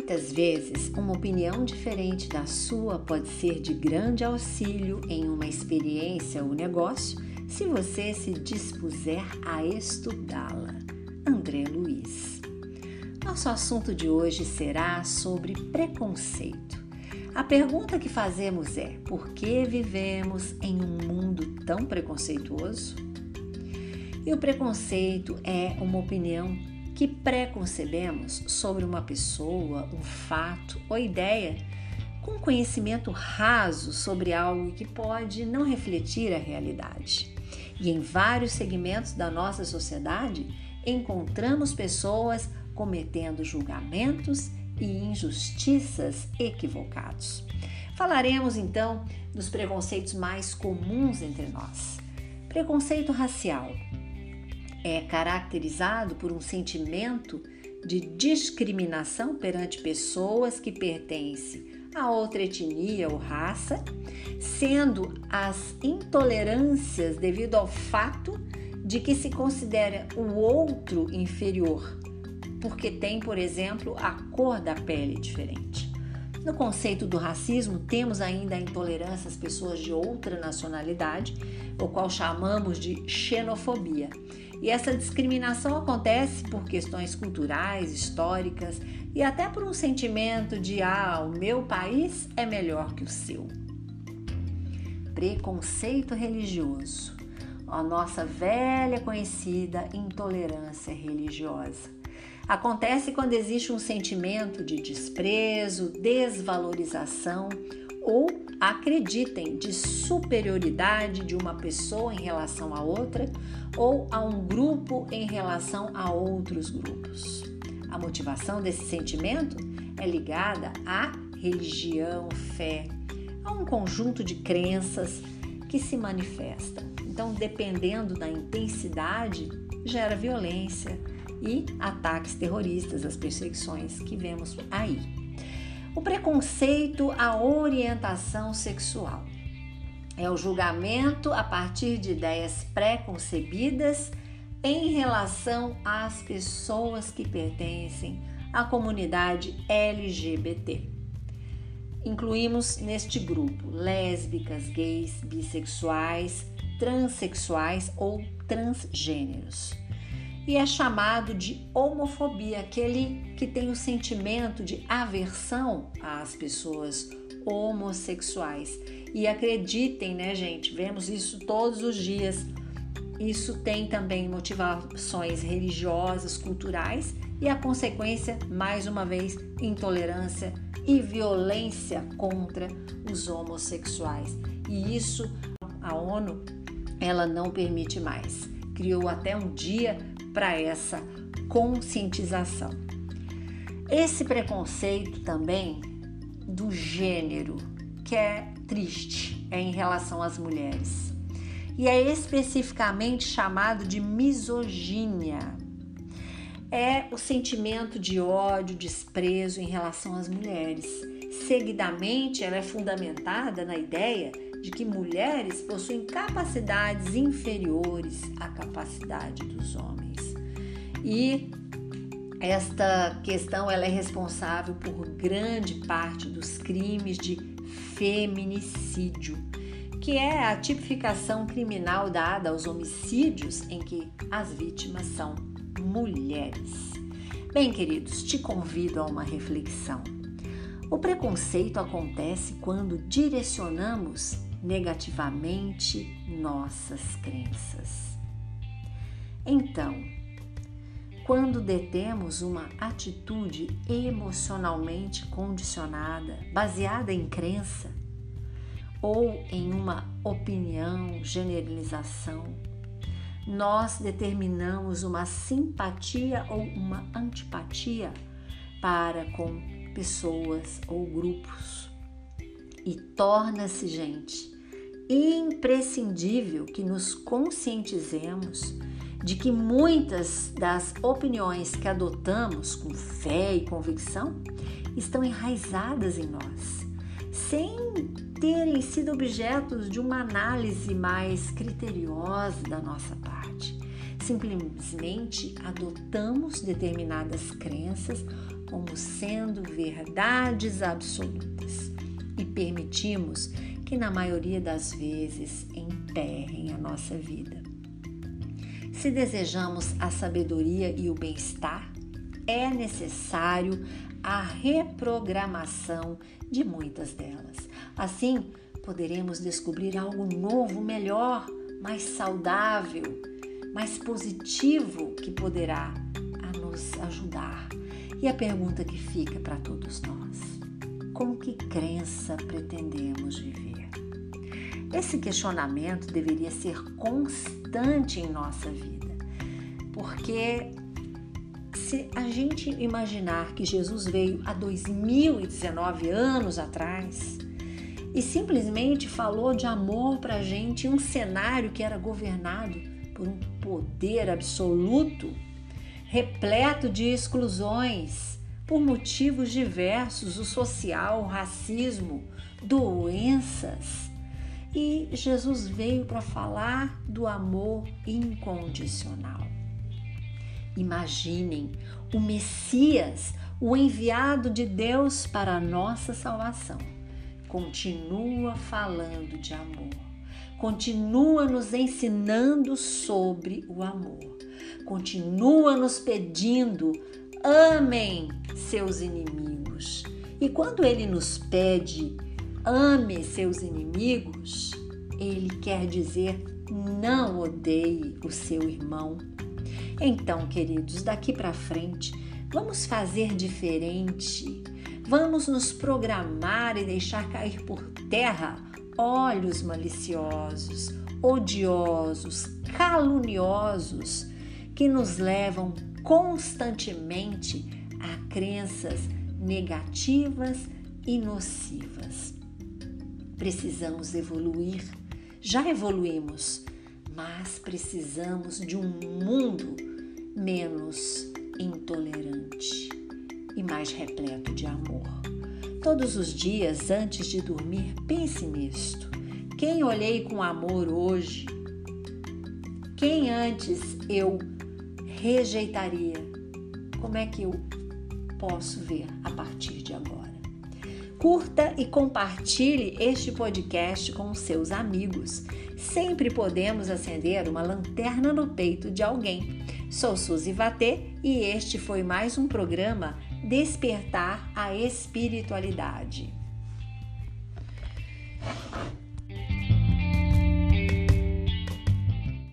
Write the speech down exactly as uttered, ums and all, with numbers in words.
Muitas vezes, uma opinião diferente da sua pode ser de grande auxílio em uma experiência ou negócio, se você se dispuser a estudá-la. André Luiz. Nosso assunto de hoje será sobre preconceito. A pergunta que fazemos é: por que vivemos em um mundo tão preconceituoso? E o preconceito é uma opinião que preconcebemos sobre uma pessoa, um fato ou ideia com conhecimento raso sobre algo que pode não refletir a realidade. E em vários segmentos da nossa sociedade, encontramos pessoas cometendo julgamentos e injustiças equivocados. Falaremos então dos preconceitos mais comuns entre nós. Preconceito racial é caracterizado por um sentimento de discriminação perante pessoas que pertencem a outra etnia ou raça, sendo as intolerâncias devido ao fato de que se considera o outro inferior, porque tem, por exemplo, a cor da pele diferente. No conceito do racismo, temos ainda a intolerância às pessoas de outra nacionalidade, o qual chamamos de xenofobia. E essa discriminação acontece por questões culturais, históricas e até por um sentimento de ah, o meu país é melhor que o seu. Preconceito religioso, a nossa velha conhecida intolerância religiosa. Acontece quando existe um sentimento de desprezo, desvalorização ou, acreditem, de superioridade de uma pessoa em relação a outra ou a um grupo em relação a outros grupos. A motivação desse sentimento é ligada à religião, fé, a um conjunto de crenças que se manifestam. Então, dependendo da intensidade, gera violência e ataques terroristas, as perseguições que vemos aí. O preconceito à orientação sexual é o julgamento a partir de ideias pré-concebidas em relação às pessoas que pertencem à comunidade L G B T. Incluímos neste grupo lésbicas, gays, bissexuais, transexuais ou transgêneros. E é chamado de homofobia, aquele que tem o sentimento de aversão às pessoas homossexuais. E acreditem, né, gente, vemos isso todos os dias. Isso tem também motivações religiosas, culturais e a consequência, mais uma vez, intolerância e violência contra os homossexuais. E isso a ONU, ela não permite mais. Criou até um dia para essa conscientização. Esse preconceito também do gênero, que é triste, é em relação às mulheres. E é especificamente chamado de misoginia. É o sentimento de ódio, desprezo em relação às mulheres. Seguidamente, ela é fundamentada na ideia de que mulheres possuem capacidades inferiores à capacidade dos homens. E esta questão ela é responsável por grande parte dos crimes de feminicídio, que é a tipificação criminal dada aos homicídios em que as vítimas são mulheres. Bem, queridos, te convido a uma reflexão. O preconceito acontece quando direcionamos negativamente nossas crenças. Então, quando detemos uma atitude emocionalmente condicionada, baseada em crença, ou em uma opinião, generalização, nós determinamos uma simpatia ou uma antipatia para com pessoas ou grupos. E torna-se, gente, imprescindível que nos conscientizemos de que muitas das opiniões que adotamos com fé e convicção estão enraizadas em nós, sem terem sido objetos de uma análise mais criteriosa da nossa parte. Simplesmente adotamos determinadas crenças como sendo verdades absolutas e permitimos que, na maioria das vezes, emperrem a nossa vida. Se desejamos a sabedoria e o bem-estar, é necessário a reprogramação de muitas delas. Assim, poderemos descobrir algo novo, melhor, mais saudável, mais positivo que poderá a nos ajudar. E a pergunta que fica para todos nós: com que crença pretendemos viver? Esse questionamento deveria ser constante em nossa vida, porque se a gente imaginar que Jesus veio há dois mil e dezenove anos atrás e simplesmente falou de amor para a gente em um cenário que era governado por um poder absoluto, repleto de exclusões por motivos diversos, o social, o racismo, doenças. E Jesus veio para falar do amor incondicional. Imaginem o Messias, o enviado de Deus para a nossa salvação, continua falando de amor, continua nos ensinando sobre o amor, continua nos pedindo: amem seus inimigos. E quando ele nos pede: ame seus inimigos, ele quer dizer: não odeie o seu irmão. Então, queridos, daqui para frente, vamos fazer diferente. Vamos nos programar e deixar cair por terra olhos maliciosos, odiosos, caluniosos, que nos levam constantemente a crenças negativas e nocivas. Precisamos evoluir. Já evoluímos, mas precisamos de um mundo menos intolerante e mais repleto de amor. Todos os dias, antes de dormir, pense nisto. Quem olhei com amor hoje? Quem antes eu rejeitaria? Como é que eu posso ver a partir de agora? Curta e compartilhe este podcast com os seus amigos. Sempre podemos acender uma lanterna no peito de alguém. Sou Suzy Vatê e este foi mais um programa Despertar a Espiritualidade.